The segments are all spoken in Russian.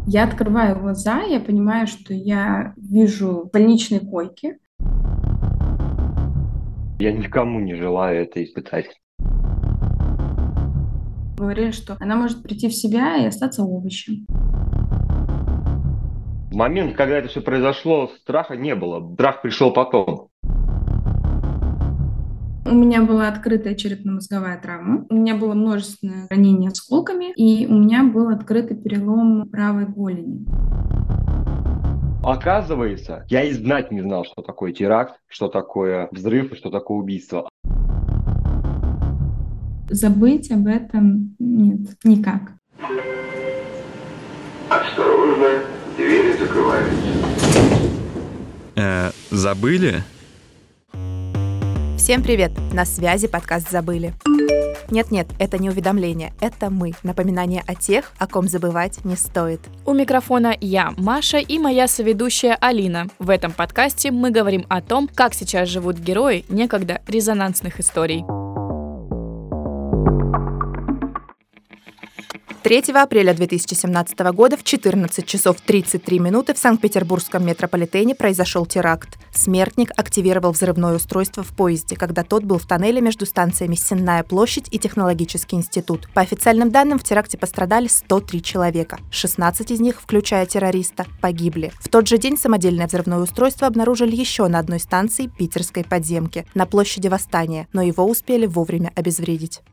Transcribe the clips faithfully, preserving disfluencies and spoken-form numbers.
Я открываю глаза, я понимаю, что я вижу больничные койки. Я никому не желаю это испытать. Говорили, что она может прийти в себя и остаться овощем. В момент, когда это все произошло, страха не было. Страх пришел потом. У меня была открытая черепно-мозговая травма, у меня было множественное ранение осколками, и у меня был открытый перелом правой голени. Оказывается, я и знать не знал, что такое теракт, что такое взрыв и что такое убийство. Забыть об этом нет, никак. Осторожно, двери закрываются. Э, забыли? Всем привет! На связи подкаст «Забыли». Нет-нет, это не уведомление, это мы. Напоминание о тех, о ком забывать не стоит. У микрофона я, Маша, и моя соведущая Алина. В этом подкасте мы говорим о том, как сейчас живут герои некогда резонансных историй. третьего апреля две тысячи семнадцатого года в четырнадцать часов тридцать три минуты в Санкт-Петербургском метрополитене произошел теракт. Смертник активировал взрывное устройство в поезде, когда тот был в тоннеле между станциями Сенная площадь и Технологический институт. По официальным данным, в теракте пострадали сто три человека. шестнадцать из них, включая террориста, погибли. В тот же день самодельное взрывное устройство обнаружили еще на одной станции питерской подземки, на площади Восстания, но его успели вовремя обезвредить.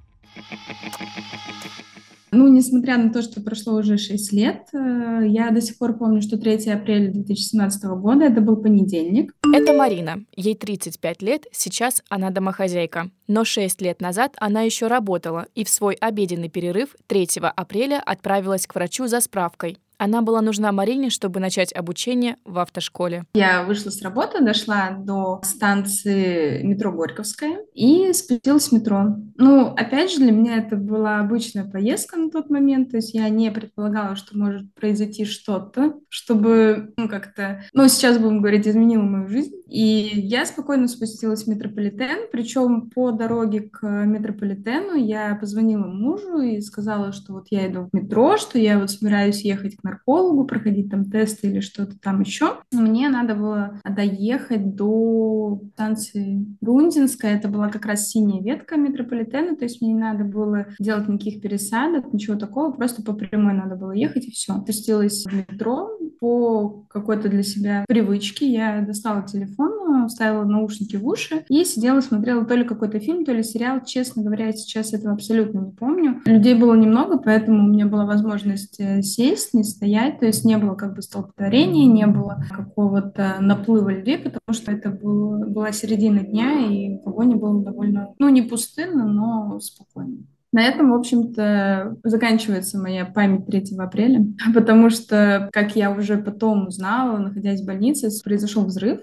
Ну, несмотря на то, что прошло уже шесть лет, э, я до сих пор помню, что третьего апреля две тысячи семнадцатого года, это был понедельник. Это Марина. Ей тридцать пять лет, сейчас она домохозяйка. Но шесть лет назад она еще работала и в свой обеденный перерыв третьего апреля отправилась к врачу за справкой. Она была нужна Марине, чтобы начать обучение в автошколе. Я вышла с работы, дошла до станции метро Горьковская и спустилась в метро. Ну, опять же, для меня это была обычная поездка на тот момент, то есть я не предполагала, что может произойти что-то, чтобы, ну, как-то, ну, сейчас будем говорить, изменило мою жизнь. И я спокойно спустилась в метрополитен, причем по дороге к метрополитену я позвонила мужу и сказала, что вот я иду в метро, что я вот собираюсь ехать к наркологу, проходить там тесты или что-то там еще. Мне надо было доехать до станции Грундинская, это была как раз синяя ветка метрополитена, то есть мне не надо было делать никаких пересадок, ничего такого, просто по прямой надо было ехать и все. Спустилась в метро по какой-то для себя привычке, я достала телефон, вставила наушники в уши и сидела, смотрела то ли какой-то фильм, то ли сериал. Честно говоря, я сейчас этого абсолютно не помню. Людей было немного, поэтому у меня была возможность э, сесть, не стоять, то есть не было как бы столпотворения, не было какого-то наплыва людей, потому что это было, была середина дня, и в вагоне было довольно, ну, не пустынно, но спокойно. На этом, в общем-то, заканчивается моя память третьего апреля, потому что, как я уже потом узнала, находясь в больнице, произошел взрыв.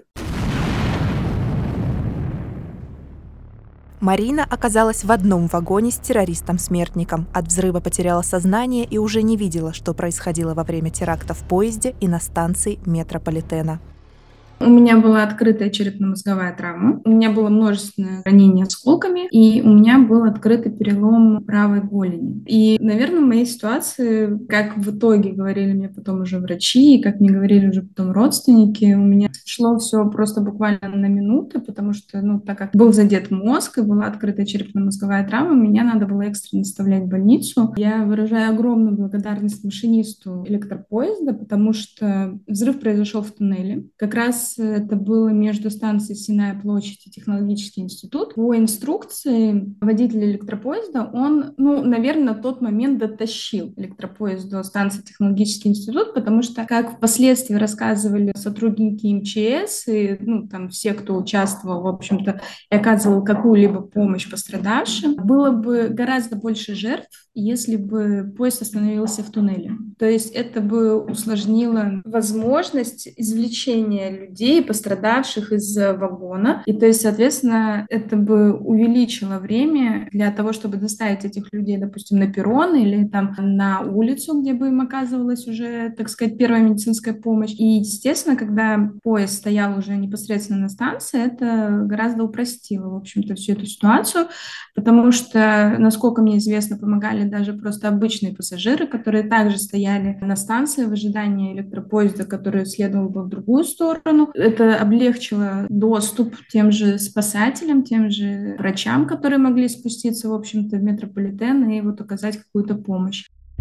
Марина оказалась в одном вагоне с террористом-смертником. От взрыва потеряла сознание и уже не видела, что происходило во время теракта в поезде и на станции метрополитена. У меня была открытая черепно-мозговая травма, у меня было множественное ранение осколками, и у меня был открытый перелом правой голени. И, наверное, в моей ситуации, как в итоге говорили мне потом уже врачи, и как мне говорили уже потом родственники, у меня шло все просто буквально на минуты, потому что, ну, так как был задет мозг и была открытая черепно-мозговая травма, меня надо было экстренно доставлять в больницу. Я выражаю огромную благодарность машинисту электропоезда, потому что взрыв произошел в туннеле. Как раз это было между станцией Сенная площадь и Технологический институт. По инструкции водителя электропоезда он, ну, наверное, на тот момент дотащил электропоезд до станции Технологический институт, потому что, как впоследствии рассказывали сотрудники МЧС и, ну, там все, кто участвовал, в общем-то, и оказывал какую-либо помощь пострадавшим, было бы гораздо больше жертв, если бы поезд остановился в туннеле. То есть это бы усложнило возможность извлечения людей, пострадавших из вагона. И то есть, соответственно, это бы увеличило время для того, чтобы доставить этих людей, допустим, на перрон или там на улицу, где бы им оказывалась уже, так сказать, первая медицинская помощь. И, естественно, когда поезд стоял уже непосредственно на станции, это гораздо упростило, в общем-то, всю эту ситуацию, потому что, насколько мне известно, помогали даже просто обычные пассажиры, которые также стояли стояли на станции в ожидании электропоезда, который следовал бы в другую сторону. Это облегчило доступ тем же спасателям, тем же врачам, которые могли спуститься, в общем-то, в метрополитен и вот оказать какую-то помощь.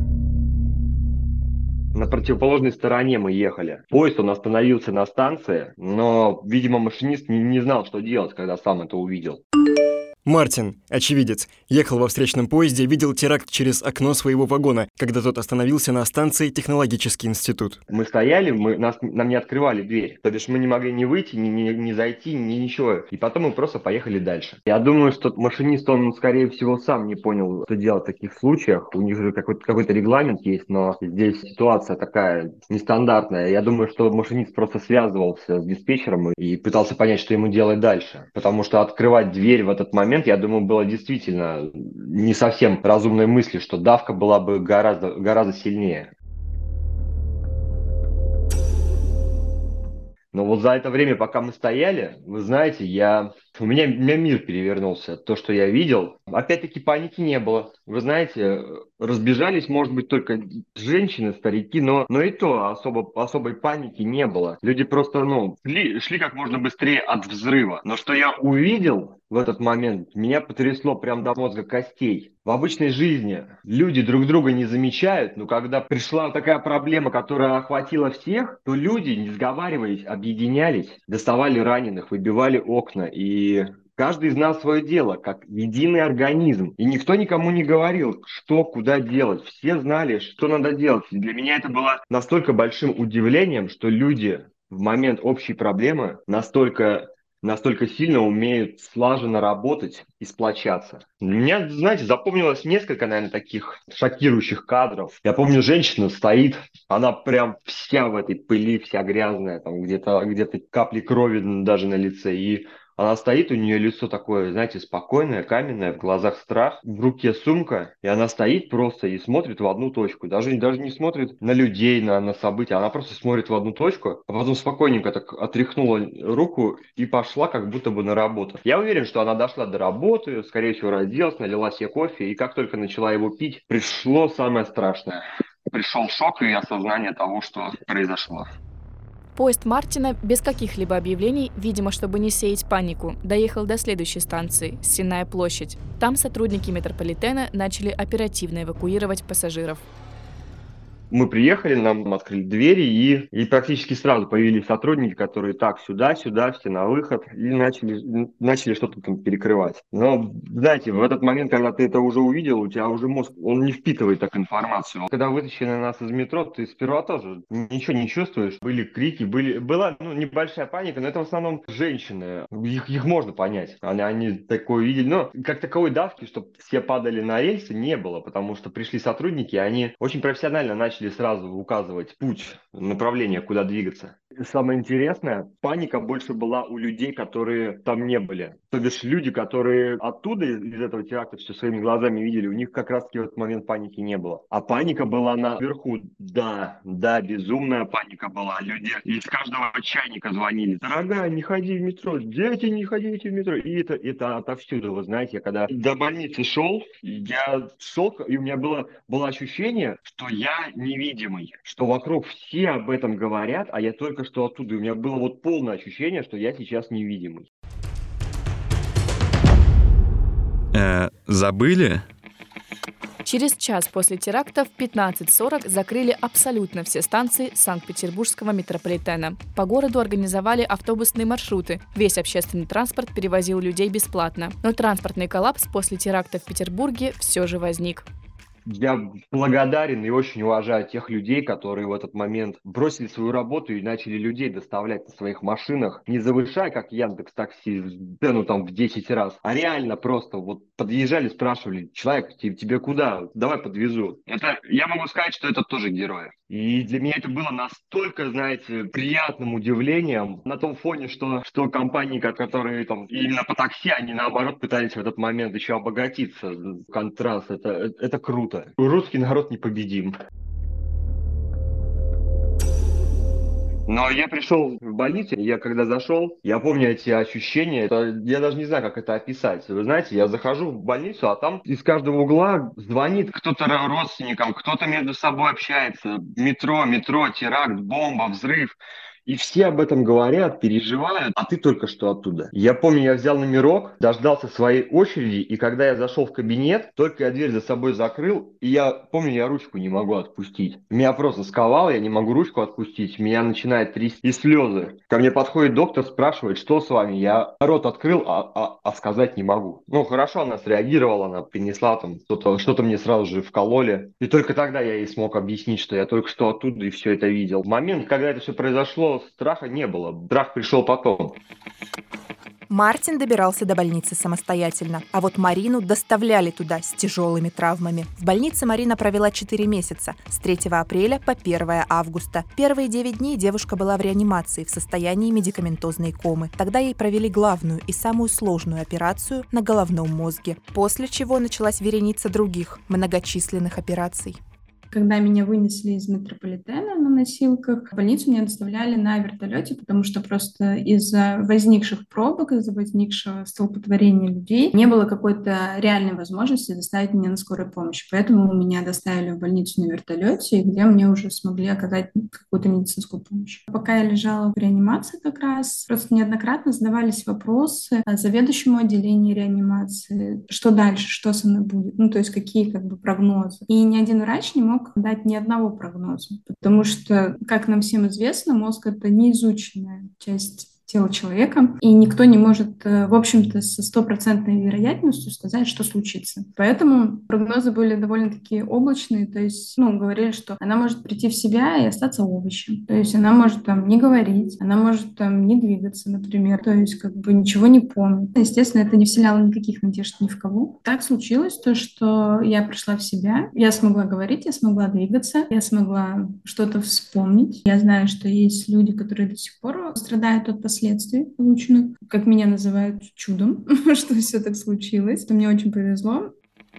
На противоположной стороне мы ехали. Поезд, он остановился на станции, но, видимо, машинист не, не знал, что делать, когда сам это увидел. Мартин, очевидец, ехал во встречном поезде, видел теракт через окно своего вагона, когда тот остановился на станции «Технологический институт». Мы стояли, мы, нас, нам не открывали дверь. То бишь мы не могли ни выйти, ни, ни, ни зайти, ни ничего. И потом мы просто поехали дальше. Я думаю, что машинист, он, скорее всего, сам не понял, что делать в таких случаях. У них же какой-то, какой-то регламент есть, но здесь ситуация такая нестандартная. Я думаю, что машинист просто связывался с диспетчером и пытался понять, что ему делать дальше. Потому что открывать дверь в этот момент, я думаю, было действительно не совсем разумной мыслью, что давка была бы гораздо, гораздо сильнее. Но вот за это время, пока мы стояли, вы знаете, я... У меня, у меня мир перевернулся. То, что я видел, опять-таки паники не было. Вы знаете, разбежались, может быть, только женщины, старики, но, но и то особо, особой паники не было. Люди просто, ну, шли, шли как можно быстрее от взрыва. Но что я увидел в этот момент, меня потрясло прям до мозга костей. В обычной жизни люди друг друга не замечают, но когда пришла такая проблема, которая охватила всех, то люди, не сговариваясь, объединялись, доставали раненых, выбивали окна, и каждый из нас свое дело, как единый организм. И никто никому не говорил, что, куда делать. Все знали, что надо делать. И для меня это было настолько большим удивлением, что люди в момент общей проблемы настолько... настолько сильно умеют слаженно работать и сплочаться. Для меня, знаете, запомнилось несколько, наверное, таких шокирующих кадров. Я помню, женщина стоит, она прям вся в этой пыли, вся грязная, там где-то, где-то капли крови даже на лице, и она стоит, у нее лицо такое, знаете, спокойное, каменное, в глазах страх, в руке сумка, и она стоит просто и смотрит в одну точку. Даже, даже не смотрит на людей, на, на события, она просто смотрит в одну точку, а потом спокойненько так отряхнула руку и пошла как будто бы на работу. Я уверен, что она дошла до работы, скорее всего, разделась, налила себе кофе, и как только начала его пить, пришло самое страшное. Пришел шок и осознание того, что произошло. Поезд Мартина без каких-либо объявлений, видимо, чтобы не сеять панику, доехал до следующей станции – Сенная площадь. Там сотрудники метрополитена начали оперативно эвакуировать пассажиров. Мы приехали, нам открыли двери, и, и практически сразу появились сотрудники, которые так, сюда, сюда, все на выход, и начали, начали что-то там перекрывать. Но, знаете, в этот момент, когда ты это уже увидел, у тебя уже мозг, он не впитывает так информацию. Когда вытащили нас из метро, ты сперва тоже ничего не чувствуешь. Были крики, были, была ну, небольшая паника, но это в основном женщины. Их, их можно понять. Они, они такое видели. Но как таковой давки, чтобы все падали на рельсы, не было, потому что пришли сотрудники, и они очень профессионально начали начали сразу указывать путь, направление, куда двигаться. Самое интересное, паника больше была у людей, которые там не были. То бишь люди, которые оттуда, из этого теракта, все своими глазами видели, у них как раз-таки в этот момент паники не было. А паника была наверху. Да, да, безумная паника была. Люди из каждого чайника звонили. Дорогая, не ходи в метро, дети, не ходите в метро. И это, это отовсюду, вы знаете. Когда до больницы шел, я шел, и у меня было, было ощущение, что я невидимый, что вокруг все об этом говорят, а я только что оттуда. И у меня было вот полное ощущение, что я сейчас невидимый. Э, забыли? Через час после теракта в пятнадцать сорок закрыли абсолютно все станции Санкт-Петербургского метрополитена. По городу организовали автобусные маршруты. Весь общественный транспорт перевозил людей бесплатно. Но транспортный коллапс после теракта в Петербурге все же возник. Я благодарен и очень уважаю тех людей, которые в этот момент бросили свою работу и начали людей доставлять на своих машинах, не завышая, как Яндекс.Такси, цену там в десять раз, а реально просто вот подъезжали, спрашивали: человек, тебе куда? Давай подвезу. Это, я могу сказать, что это тоже герои. И для меня это было настолько, знаете, приятным удивлением на том фоне, что, что компании, которые там именно по такси, они наоборот пытались в этот момент еще обогатиться. Контраст, это, это круто. Русский народ непобедим. Но я пришел в больницу, я когда зашел, я помню эти ощущения, это, я даже не знаю, как это описать. Вы знаете, я захожу в больницу, а там из каждого угла звонит кто-то родственникам, кто-то между собой общается. Метро, метро, теракт, бомба, взрыв. И все об этом говорят, переживают, а ты только что оттуда. Я помню, я взял номерок, дождался своей очереди, и когда я зашел в кабинет, только я дверь за собой закрыл, и я помню, я ручку не могу отпустить. Меня просто сковало, я не могу ручку отпустить, меня начинает трясти, и слезы. Ко мне подходит доктор, спрашивает, что с вами? Я рот открыл, а, а, а сказать не могу. Ну, хорошо, она среагировала, она принесла там что-то, что-то мне сразу же вкололи. И только тогда я ей смог объяснить, что я только что оттуда и все это видел. В момент, когда это все произошло, страха не было. Страх пришел потом. Мартин добирался до больницы самостоятельно, а вот Марину доставляли туда с тяжелыми травмами. В больнице Марина провела четыре месяца, с третьего апреля по первое августа. Первые девять дней девушка была в реанимации в состоянии медикаментозной комы. Тогда ей провели главную и самую сложную операцию на головном мозге, после чего началась вереница других многочисленных операций. Когда меня вынесли из метрополитена на носилках, в больницу меня доставляли на вертолете, потому что просто из-за возникших пробок, из-за возникшего столпотворения людей не было какой-то реальной возможности доставить меня на скорой помощи. Поэтому меня доставили в больницу на вертолете, где мне уже смогли оказать какую-то медицинскую помощь. Пока я лежала в реанимации как раз, просто неоднократно задавались вопросы заведующему отделению реанимации, что дальше, что со мной будет, ну то есть какие как бы прогнозы. И ни один врач не мог дать ни одного прогноза, потому что, как нам всем известно, мозг — это неизученная часть тела человека, и никто не может, в общем-то, со стопроцентной вероятностью сказать, что случится. Поэтому прогнозы были довольно-таки облачные, то есть, ну, говорили, что она может прийти в себя и остаться овощем, то есть она может там не говорить, она может там не двигаться, например, то есть как бы ничего не помнит. Естественно, это не вселяло никаких надежд ни в кого. Так случилось то, что я пришла в себя, я смогла говорить, я смогла двигаться, я смогла что-то вспомнить. Я знаю, что есть люди, которые до сих пор страдают от последствий полученных, как меня называют, чудом, что все так случилось. Мне очень повезло.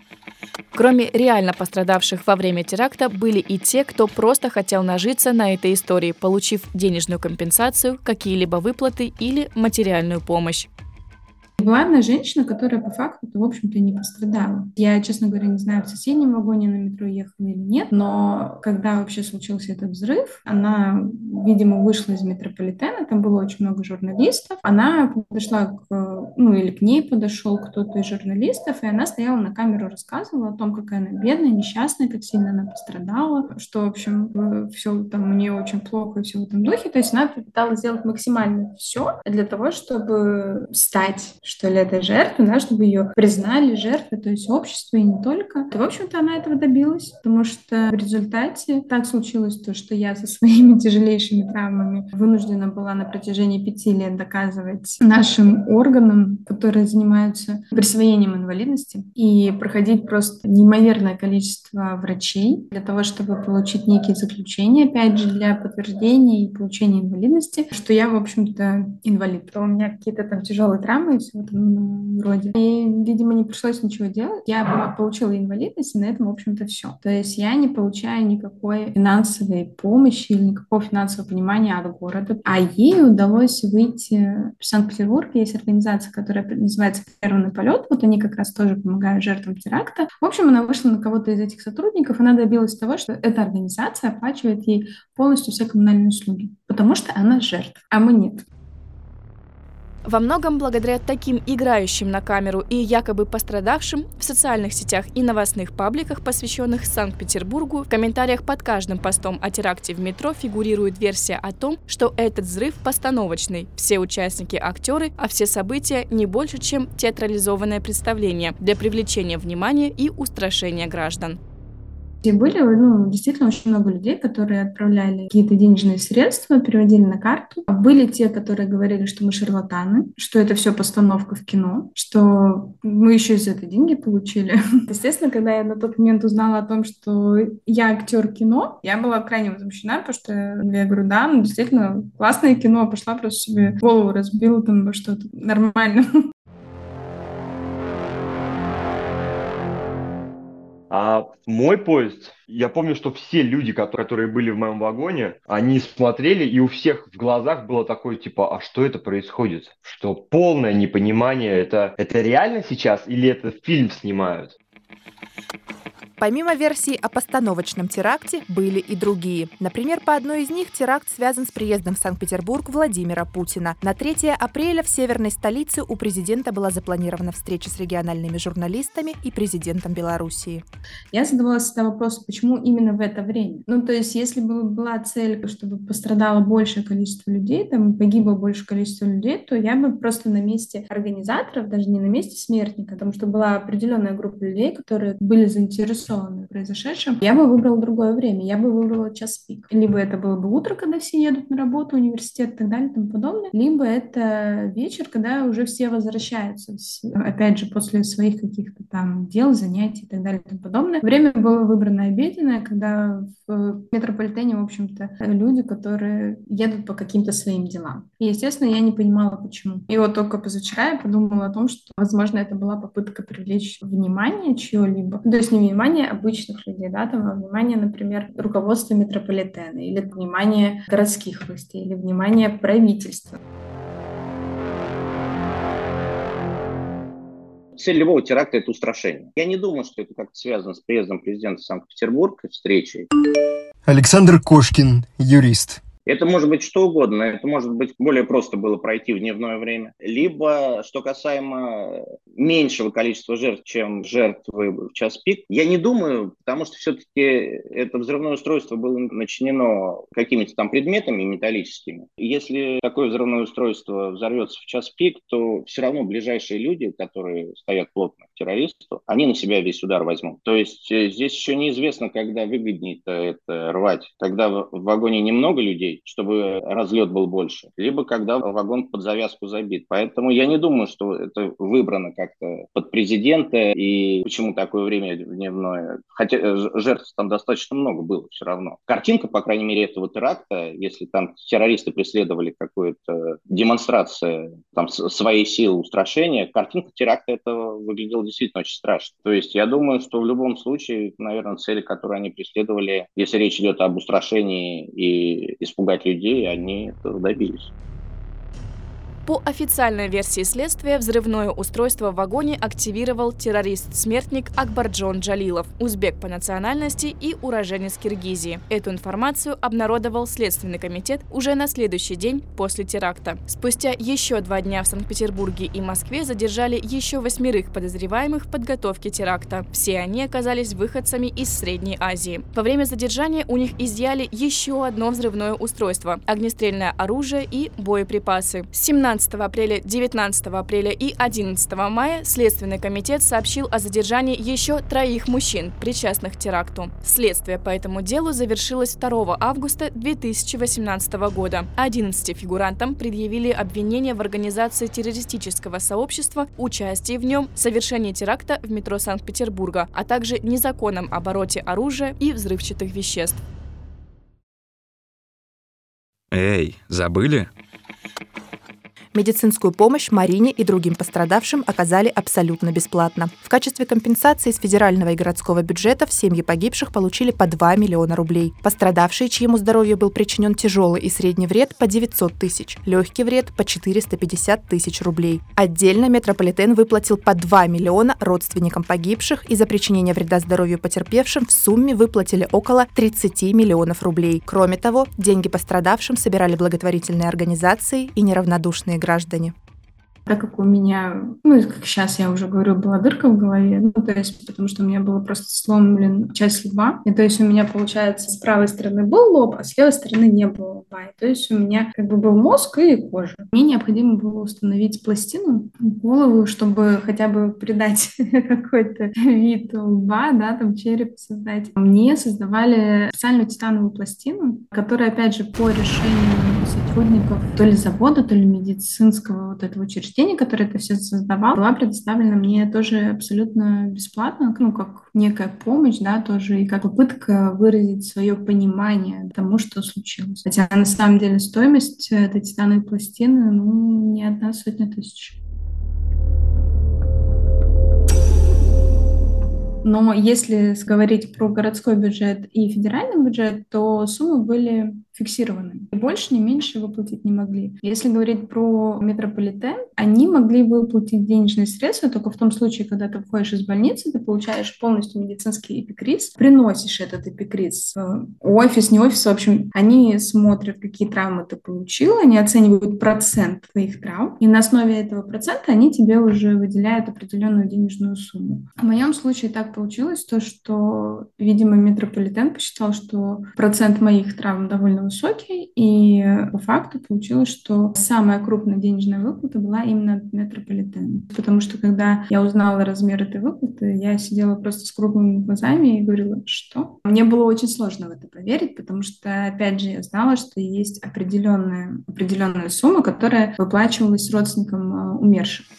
Кроме реально пострадавших во время теракта, были и те, кто просто хотел нажиться на этой истории, получив денежную компенсацию, какие-либо выплаты или материальную помощь. Была одна женщина, которая по факту, в общем-то, не пострадала. Я, честно говоря, не знаю, в соседнем вагоне на метро ехала или нет, но когда вообще случился этот взрыв, она, видимо, вышла из метрополитена, там было очень много журналистов, она подошла к, ну или к ней подошел кто-то из журналистов, и она стояла на камеру, рассказывала о том, какая она бедная, несчастная, как сильно она пострадала, что, в общем, все там у нее очень плохо и все в этом духе. То есть она пыталась сделать максимально все для того, чтобы стать что ли, этой жертвы, да, чтобы ее признали жертвой, то есть общество и не только. И, в общем-то, она этого добилась, потому что в результате так случилось то, что я со своими тяжелейшими травмами вынуждена была на протяжении пяти лет доказывать нашим органам, которые занимаются присвоением инвалидности, и проходить просто неимоверное количество врачей для того, чтобы получить некие заключения, опять же, для подтверждения и получения инвалидности, что я, в общем-то, инвалид. У меня какие-то там тяжелые травмы и все в этом роде. И, видимо, не пришлось ничего делать. Я получила инвалидность, и на этом, в общем-то, все. То есть я не получаю никакой финансовой помощи или никакого финансового понимания от города. А ей удалось выйти в Санкт-Петербург. Есть организация, которая называется «Первый полет». Вот они как раз тоже помогают жертвам теракта. В общем, она вышла на кого-то из этих сотрудников. Она добилась того, что эта организация оплачивает ей полностью все коммунальные услуги. Потому что она жертва, а мы нет. Во многом благодаря таким играющим на камеру и якобы пострадавшим в социальных сетях и новостных пабликах, посвященных Санкт-Петербургу, в комментариях под каждым постом о теракте в метро фигурирует версия о том, что этот взрыв постановочный, все участники актеры, а все события не больше, чем театрализованное представление для привлечения внимания и устрашения граждан. И были, ну, действительно очень много людей, которые отправляли какие-то денежные средства, переводили на карту. Были те, которые говорили, что мы шарлатаны, что это все постановка в кино, что мы еще и за это деньги получили. Естественно, когда я на тот момент узнала о том, что я актер кино, я была крайне возмущена, потому что я говорю, да, ну, действительно, классное кино, пошла просто себе голову разбила там во что-то нормально. А мой поезд, я помню, что все люди, которые были в моем вагоне, они смотрели, и у всех в глазах было такое, типа, а что это происходит? Что полное непонимание, это, это реально сейчас или это фильм снимают? Помимо версии о постановочном теракте, были и другие. Например, по одной из них теракт связан с приездом в Санкт-Петербург Владимира Путина. На третьего апреля в северной столице у президента была запланирована встреча с региональными журналистами и президентом Белоруссии. Я задавалась всегда вопросом, почему именно в это время? Ну, то есть, если бы была цель, чтобы пострадало большее количество людей, там погибло большее количество людей, то я бы просто на месте организаторов, даже не на месте смертника, потому что была определенная группа людей, которые были заинтересованы в произошедшем, я бы выбрала другое время, я бы выбрала час пик. Либо это было бы утро, когда все едут на работу, университет и так далее и тому подобное, либо это вечер, когда уже все возвращаются, опять же, после своих каких-то там дел, занятий и так далее и тому подобное. Время было выбрано обеденное, когда в метрополитене, в общем-то, люди, которые едут по каким-то своим делам. И, естественно, я не понимала, почему. И вот только позавчера я подумала о том, что, возможно, это была попытка привлечь внимание чьего-либо. То есть не внимание обычных людей, да, там, а внимание, например, руководства метрополитена, или внимание городских властей, или внимание правительства. Цель любого теракта – это устрашение. Я не думаю, что это как-то связано с приездом президента в Санкт-Петербург и встречей. Александр Кошкин, юрист. Это может быть что угодно. Это может быть более просто было пройти в дневное время. Либо, что касаемо меньшего количества жертв, чем жертвы в час пик, я не думаю, потому что все-таки это взрывное устройство было начинено какими-то там предметами металлическими. Если такое взрывное устройство взорвется в час пик, то все равно ближайшие люди, которые стоят плотно к террористу, они на себя весь удар возьмут. То есть здесь еще неизвестно, когда выгоднее это рвать. Когда в вагоне немного людей, чтобы разлет был больше, либо когда вагон под завязку забит. Поэтому я не думаю, что это выбрано как-то под президента и почему такое время дневное. Хотя жертв там достаточно много было все равно. Картинка, по крайней мере, этого теракта, если там террористы преследовали какую-то демонстрацию там, своей силы устрашения, картинка теракта этого выглядела действительно очень страшно. То есть я думаю, что в любом случае, наверное, цели, которые они преследовали, если речь идет об устрашении и испугании людей, они этого добились. По официальной версии следствия, взрывное устройство в вагоне активировал террорист-смертник Акбарджон Джалилов, узбек по национальности и уроженец Киргизии. Эту информацию обнародовал Следственный комитет уже на следующий день после теракта. Спустя еще два дня в Санкт-Петербурге и Москве задержали еще восьмерых подозреваемых в подготовке теракта. Все они оказались выходцами из Средней Азии. Во время задержания у них изъяли еще одно взрывное устройство – огнестрельное оружие и боеприпасы. семнадцатого апреля, девятнадцатого апреля и одиннадцатого мая Следственный комитет сообщил о задержании еще троих мужчин, причастных к теракту. Следствие по этому делу завершилось второго августа две тысячи восемнадцатого года. одиннадцати фигурантам предъявили обвинения в организации террористического сообщества, участии в нем, совершении теракта в метро Санкт-Петербурга, а также незаконном обороте оружия и взрывчатых веществ. Эй, забыли? Медицинскую помощь Марине и другим пострадавшим оказали абсолютно бесплатно. В качестве компенсации из федерального и городского бюджетов семьи погибших получили по два миллиона рублей. Пострадавшие, чьему здоровью был причинен тяжелый и средний вред, по девятьсот тысяч, легкий вред по четыреста пятьдесят тысяч рублей. Отдельно метрополитен выплатил по два миллиона родственникам погибших и за причинение вреда здоровью потерпевшим в сумме выплатили около тридцати миллионов рублей. Кроме того, деньги пострадавшим собирали благотворительные организации и неравнодушные граждане. граждане. Так как у меня, ну, как сейчас я уже говорю, была дырка в голове, ну, то есть, потому что у меня была просто сломлена часть лба, и то есть у меня, получается, с правой стороны был лоб, а с левой стороны не было лба, и то есть у меня как бы был мозг и кожа. Мне необходимо было установить пластину в голову, чтобы хотя бы придать какой-то вид лба, да, там череп создать. Мне создавали специальную титановую пластину, которая, опять же, по решению сотрудников то ли завода, то ли медицинского вот этого учреждения, который это все создавал, была предоставлена мне тоже абсолютно бесплатно, ну, как некая помощь, да, тоже, и как попытка выразить свое понимание тому, что случилось. Хотя на самом деле стоимость этой титановой пластины, ну, не одна сотня тысяч. Но если говорить про городской бюджет и федеральный бюджет, то суммы были фиксированы. Больше, ни меньше выплатить не могли. Если говорить про метрополитен, они могли выплатить денежные средства только в том случае, когда ты выходишь из больницы, ты получаешь полностью медицинский эпикриз, приносишь этот эпикриз в офис, не офис, в общем, они смотрят, какие травмы ты получил, они оценивают процент твоих травм, и на основе этого процента они тебе уже выделяют определенную денежную сумму. В моем случае так получилось, то, что, видимо, метрополитен посчитал, что процент моих травм довольно высокий, и по факту получилось, что самая крупная денежная выплата была именно от метрополитена. Потому что, когда я узнала размер этой выплаты, я сидела просто с круглыми глазами и говорила, что? Мне было очень сложно в это поверить, потому что, опять же, я знала, что есть определенная, определенная сумма, которая выплачивалась родственникам умерших.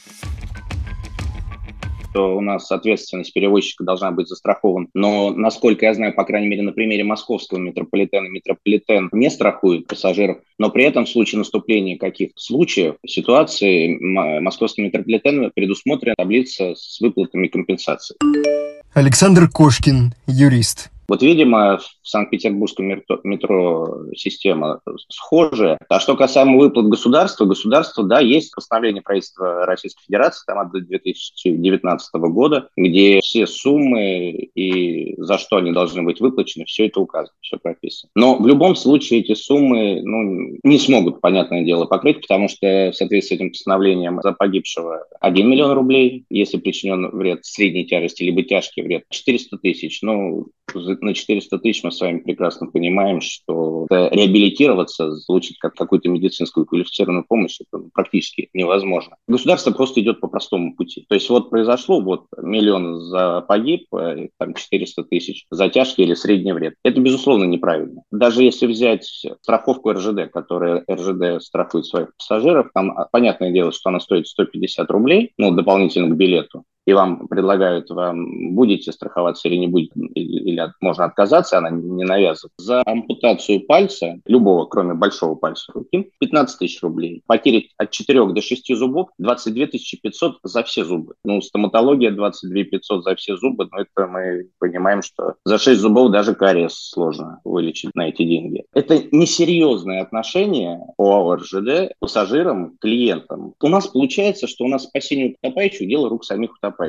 Что у нас ответственность перевозчика должна быть застрахована. Но, насколько я знаю, по крайней мере, на примере московского метрополитена, метрополитен не страхует пассажиров, но при этом в случае наступления каких-то случаев, ситуации, московским метрополитеном предусмотрена таблица с выплатами компенсации. Александр Кошкин, юрист. Вот, видимо, в Санкт-Петербургском метро, метро система схожая. А что касаемо выплат государства, государство, да, есть постановление правительства Российской Федерации там, от две тысячи девятнадцатого года, где все суммы и за что они должны быть выплачены, все это указано, все прописано. Но в любом случае эти суммы ну, не смогут, понятное дело, покрыть, потому что в соответствии с этим постановлением за погибшего один миллион рублей, если причинен вред средней тяжести, либо тяжкий вред, четыреста тысяч, ну, на четыреста тысяч мы с вами прекрасно понимаем, что реабилитироваться, получить как какую-то медицинскую квалифицированную помощь, это практически невозможно. Государство просто идет по простому пути. То есть вот произошло, вот миллион за погиб, там четыреста тысяч за тяжкий или средний вред. Это, безусловно, неправильно. Даже если взять страховку эр жэ дэ, которая эр жэ дэ страхует своих пассажиров, там понятное дело, что она стоит сто пятьдесят рублей, ну, дополнительно к билету, и вам предлагают, вам будете страховаться или не будете, или, или можно отказаться, она не навязывает. За ампутацию пальца, любого, кроме большого пальца руки, пятнадцать тысяч рублей. Потери от четырёх до шести зубов двадцать две тысячи пятьсот за все зубы. Ну, стоматология двадцать две тысячи пятьсот за все зубы, но это мы понимаем, что за шесть зубов даже кариес сложно вылечить на эти деньги. Это несерьезное отношение ОАО эр жэ дэ к пассажирам, клиентам. У нас получается, что у нас спасение утопающих – дело рук самих утопающих.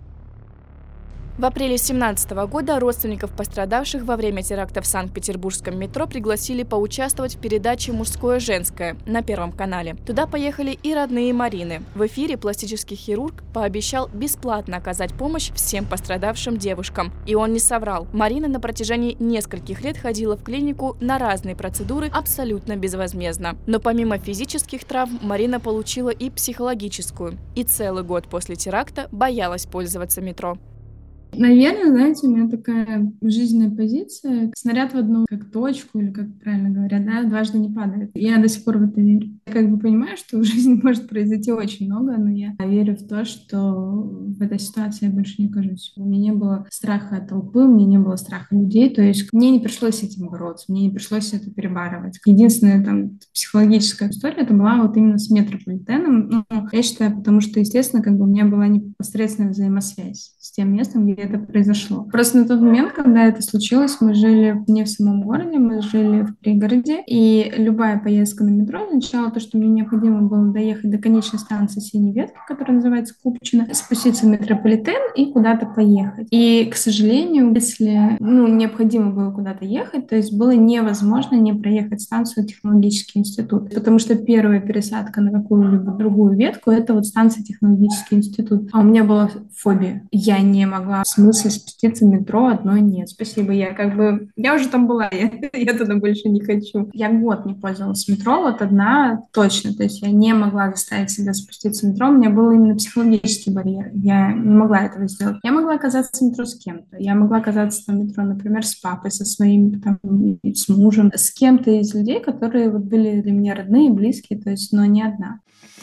В апреле две тысячи семнадцатого года родственников пострадавших во время теракта в Санкт-Петербургском метро пригласили поучаствовать в передаче «Мужское-женское» на Первом канале. Туда поехали и родные Марины. В эфире пластический хирург пообещал бесплатно оказать помощь всем пострадавшим девушкам. И он не соврал. Марина на протяжении нескольких лет ходила в клинику на разные процедуры абсолютно безвозмездно. Но помимо физических травм, Марина получила и психологическую. И целый год после теракта боялась пользоваться метро. Наверное, знаете, у меня такая жизненная позиция. Снаряд в одну как точку, или как правильно говорят, да, дважды не падает. Я до сих пор в это верю. Я как бы понимаю, что в жизни может произойти очень много, но я верю в то, что в этой ситуации я больше не окажусь. У меня не было страха от толпы, у меня не было страха людей, то есть мне не пришлось с этим бороться, мне не пришлось это перебарывать. Единственная там психологическая история, это была вот именно с метрополитеном. Ну, я считаю, потому что, естественно, как бы у меня была непосредственная взаимосвязь с тем местом, где это произошло. Просто на тот момент, когда это случилось, мы жили не в самом городе, мы жили в пригороде, и любая поездка на метро означала то, что мне необходимо было доехать до конечной станции синей ветки, которая называется Купчино, спуститься в метрополитен и куда-то поехать. И, к сожалению, если ну, необходимо было куда-то ехать, то есть было невозможно не проехать станцию Технологический институт, потому что первая пересадка на какую-либо другую ветку — это вот станция Технологический институт. А у меня была фобия. Я не могла в смысле спуститься в метро одной нет. Спасибо, я как бы... Я уже там была, я, я туда больше не хочу. Я год не пользовалась метро, вот одна точно. То есть я не могла заставить себя спуститься в метро. У меня был именно психологический барьер. Я не могла этого сделать. Я могла оказаться в метро с кем-то. Я могла оказаться в метро, например, с папой, со своим, там, с мужем, с кем-то из людей, которые вот были для меня родные, близкие, то есть, но не одна.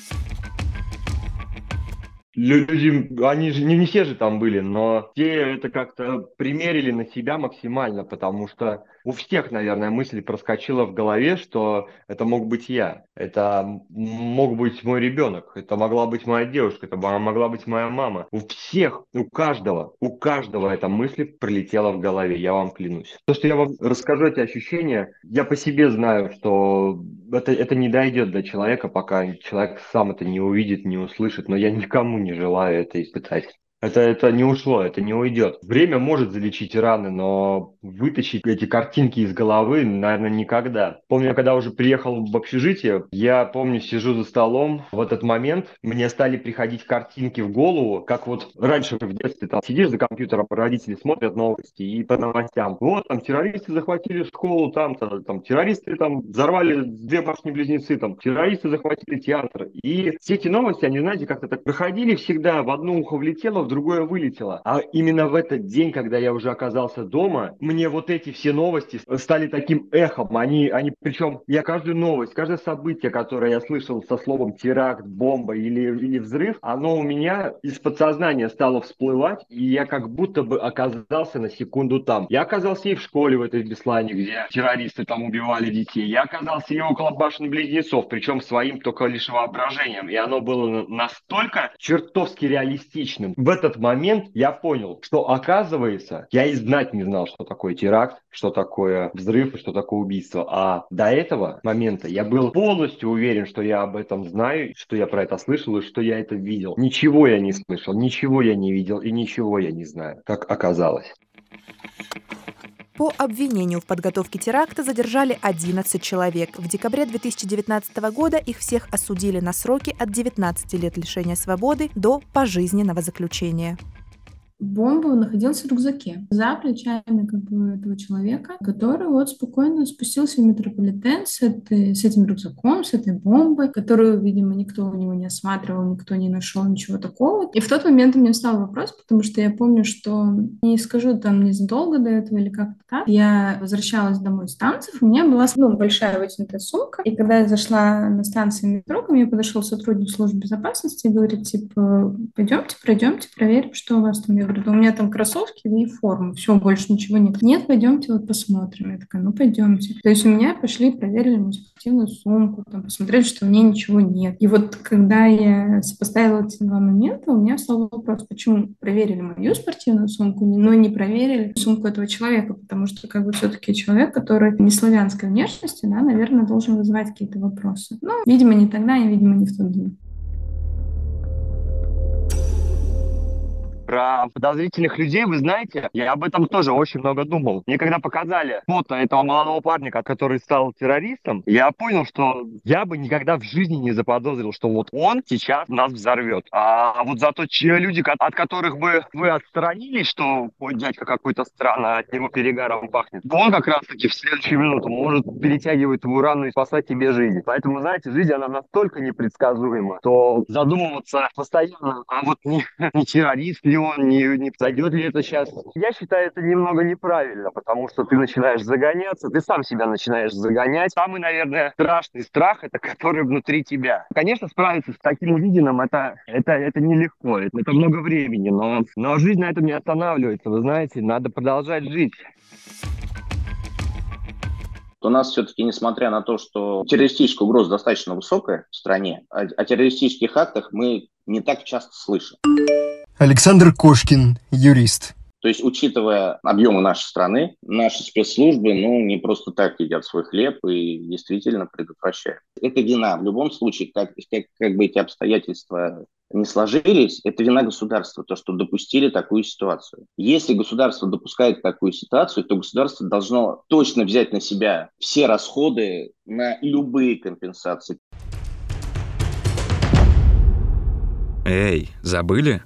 Люди, они же не, не все же там были, но те это как-то примерили на себя максимально, потому что у всех, наверное, мысль проскочила в голове, что это мог быть я, это мог быть мой ребенок, это могла быть моя девушка, это могла быть моя мама. У всех, у каждого, у каждого эта мысль пролетела в голове, я вам клянусь. То, что я вам расскажу, эти ощущения, я по себе знаю, что это, это не дойдет до человека, пока человек сам это не увидит, не услышит, но я никому не желаю это испытать. Это, это не ушло, это не уйдет. Время может залечить раны, но вытащить эти картинки из головы, наверное, никогда. Помню, когда уже приехал в общежитие, я помню, сижу за столом, в этот момент мне стали приходить картинки в голову, как вот раньше в детстве, там сидишь за компьютером, родители смотрят новости и по новостям. Вот, там террористы захватили школу, там, там, там террористы там взорвали две башни-близнецы, там террористы захватили театр. И все эти новости, они, знаете, как-то так проходили всегда, в одно ухо влетело, в другое вылетело. А именно в этот день, когда я уже оказался дома, мне вот эти все новости стали таким эхом. Они, они, причем я каждую новость, каждое событие, которое я слышал со словом теракт, бомба или, или взрыв, оно у меня из подсознания стало всплывать, и я как будто бы оказался на секунду там. Я оказался и в школе в этой Беслане, где террористы там убивали детей. Я оказался и около башен-близнецов, причем своим только лишь воображением. И оно было настолько чертовски реалистичным. В этот момент я понял, что, оказывается, я и знать не знал, что такое теракт, что такое взрыв и что такое убийство. А до этого момента я был полностью уверен, что я об этом знаю, что я про это слышал и что я это видел. Ничего я не слышал, ничего я не видел и ничего я не знаю, как оказалось. По обвинению в подготовке теракта задержали одиннадцать человек. В декабре две тысячи девятнадцатого года их всех осудили на сроки от девятнадцати лет лишения свободы до пожизненного заключения. Бомба находилась в рюкзаке за плечами как бы этого человека, который вот спокойно спустился в метрополитен с, этой, с этим рюкзаком, с этой бомбой, которую, видимо, никто у него не осматривал, никто не нашел ничего такого. И в тот момент у меня встал вопрос, потому что я помню, что, не скажу там незадолго до этого или как-то так, я возвращалась домой с танцев, у меня была ну, большая вытянутая сумка, и когда я зашла на станции метро, ко мне подошел сотрудник службы безопасности и говорит, типа, пойдемте, пройдемте, проверим, что у вас там. Я говорю, да у меня там кроссовки и форма, все, больше ничего нет. Нет, пойдемте вот посмотрим. Я такая, ну пойдемте. То есть у меня пошли, проверили мою спортивную сумку, там, посмотрели, что в ней ничего нет. И вот когда я сопоставила эти два момента, у меня встал вопрос, почему проверили мою спортивную сумку, но не проверили сумку этого человека, потому что как бы все-таки человек, который не славянской внешности, да, наверное, должен вызывать какие-то вопросы. Но, видимо, не тогда и, видимо, не в тот день. Про подозрительных людей, вы знаете, я об этом тоже очень много думал. Мне когда показали фото этого молодого парня, который стал террористом, я понял, что я бы никогда в жизни не заподозрил, что вот он сейчас нас взорвет. А вот зато те люди, от которых бы вы отстранились, что ой, дядька какой-то странно, от него перегаром пахнет, он как раз-таки в следующую минуту может перетягивать твою рану и спасать тебе жизнь. Поэтому, знаете, жизнь, она настолько непредсказуема, что задумываться постоянно, а вот не, не террорист ли он, не, не зайдет ли это сейчас. Я считаю, это немного неправильно, потому что ты начинаешь загоняться, ты сам себя начинаешь загонять. Самый, наверное, страшный страх, это который внутри тебя. Конечно, справиться с таким увиденным, это, это, это нелегко, это, это много времени, но, но жизнь на этом не останавливается, вы знаете, надо продолжать жить. У нас все-таки, несмотря на то, что террористическая угроза достаточно высокая в стране, о, о террористических актах мы не так часто слышим. Александр Кошкин, юрист. То есть, учитывая объемы нашей страны, наши спецслужбы, ну, не просто так едят свой хлеб и действительно предотвращают. Это вина. В любом случае, как, как, как бы эти обстоятельства не сложились, это вина государства, то, что допустили такую ситуацию. Если государство допускает такую ситуацию, то государство должно точно взять на себя все расходы на любые компенсации. Эй, забыли?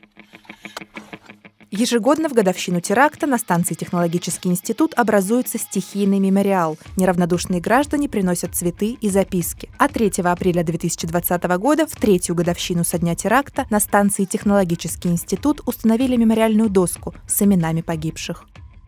Ежегодно в годовщину теракта на станции «Технологический институт» образуется стихийный мемориал. Неравнодушные граждане приносят цветы и записки. А третьего апреля две тысячи двадцатого года, в третью годовщину со дня теракта, на станции «Технологический институт» установили мемориальную доску с именами погибших.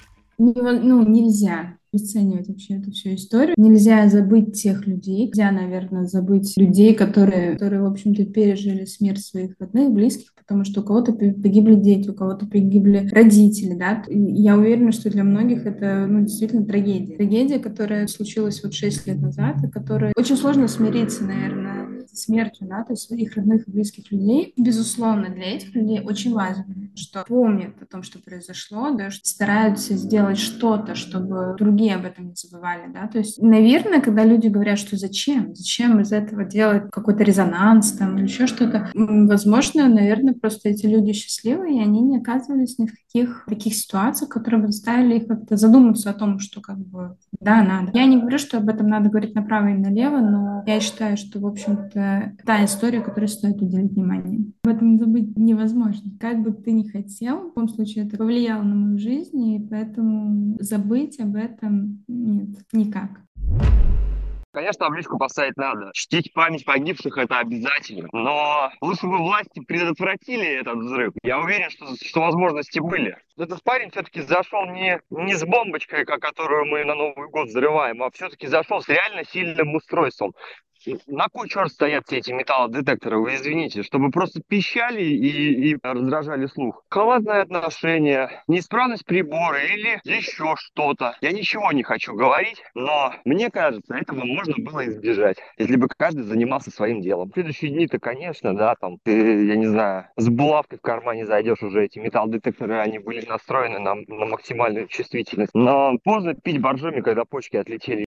Ну, нельзя обесценивать вообще эту всю историю. Нельзя забыть тех людей. Нельзя, наверное, забыть людей, которые, которые, в общем-то, пережили смерть своих родных, близких, потому что у кого-то погибли дети, у кого-то погибли родители, да. И я уверена, что для многих это, ну, действительно трагедия. Трагедия, которая случилась вот шесть лет назад, и которой очень сложно смириться, наверное, со смертью, да, то есть своих родных и близких людей. Безусловно, для этих людей очень важно, что помнят о том, что произошло, да, что стараются сделать что-то, чтобы другие об этом не забывали, да, то есть, наверное, когда люди говорят, что зачем, зачем из этого делать какой-то резонанс там или еще что-то, возможно, наверное, просто эти люди счастливы, и они не оказывались ни в каких таких ситуациях, которые бы заставили их как-то задуматься о том, что как бы, да, надо. Я не говорю, что об этом надо говорить направо и налево, но я считаю, что, в общем-то, та история, которой стоит уделить внимание. Об этом забыть невозможно. Как бы ты ни хотел, в любом случае это повлияло на мою жизнь, и поэтому забыть об этом нет, никак. Конечно, табличку поставить надо. Чтить память погибших — это обязательно. Но лучше бы власти предотвратили этот взрыв. Я уверен, что, что возможности были. Этот парень все-таки зашел не, не с бомбочкой, которую мы на Новый год взрываем, а все-таки зашел с реально сильным устройством. На кой черт стоят все эти металлодетекторы, вы извините, чтобы просто пищали и, и раздражали слух? Халатное отношение, неисправность прибора или еще что-то. Я ничего не хочу говорить, но мне кажется, этого можно было избежать, если бы каждый занимался своим делом. В следующие дни-то, конечно, да, там, ты, я не знаю, с булавкой в кармане зайдешь уже, эти металлодетекторы, они были настроены на, на максимальную чувствительность. Но поздно пить боржоми, когда почки отлетели.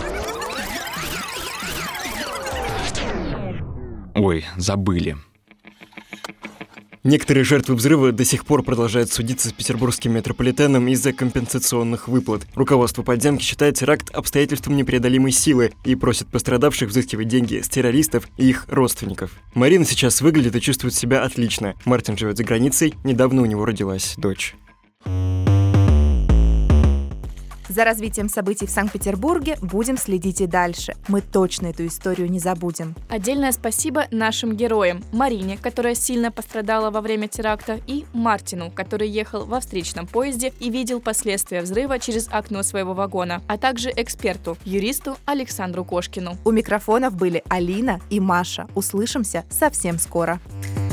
Ой, забыли. Некоторые жертвы взрыва до сих пор продолжают судиться с петербургским метрополитеном из-за компенсационных выплат. Руководство подземки считает теракт обстоятельством непреодолимой силы и просит пострадавших взыскивать деньги с террористов и их родственников. Марина сейчас выглядит и чувствует себя отлично. Мартин живет за границей, недавно у него родилась дочь. За развитием событий в Санкт-Петербурге будем следить и дальше. Мы точно эту историю не забудем. Отдельное спасибо нашим героям: Марине, которая сильно пострадала во время теракта, и Мартину, который ехал во встречном поезде и видел последствия взрыва через окно своего вагона, а также эксперту, юристу Александру Кошкину. У микрофонов были Алина и Маша. Услышимся совсем скоро.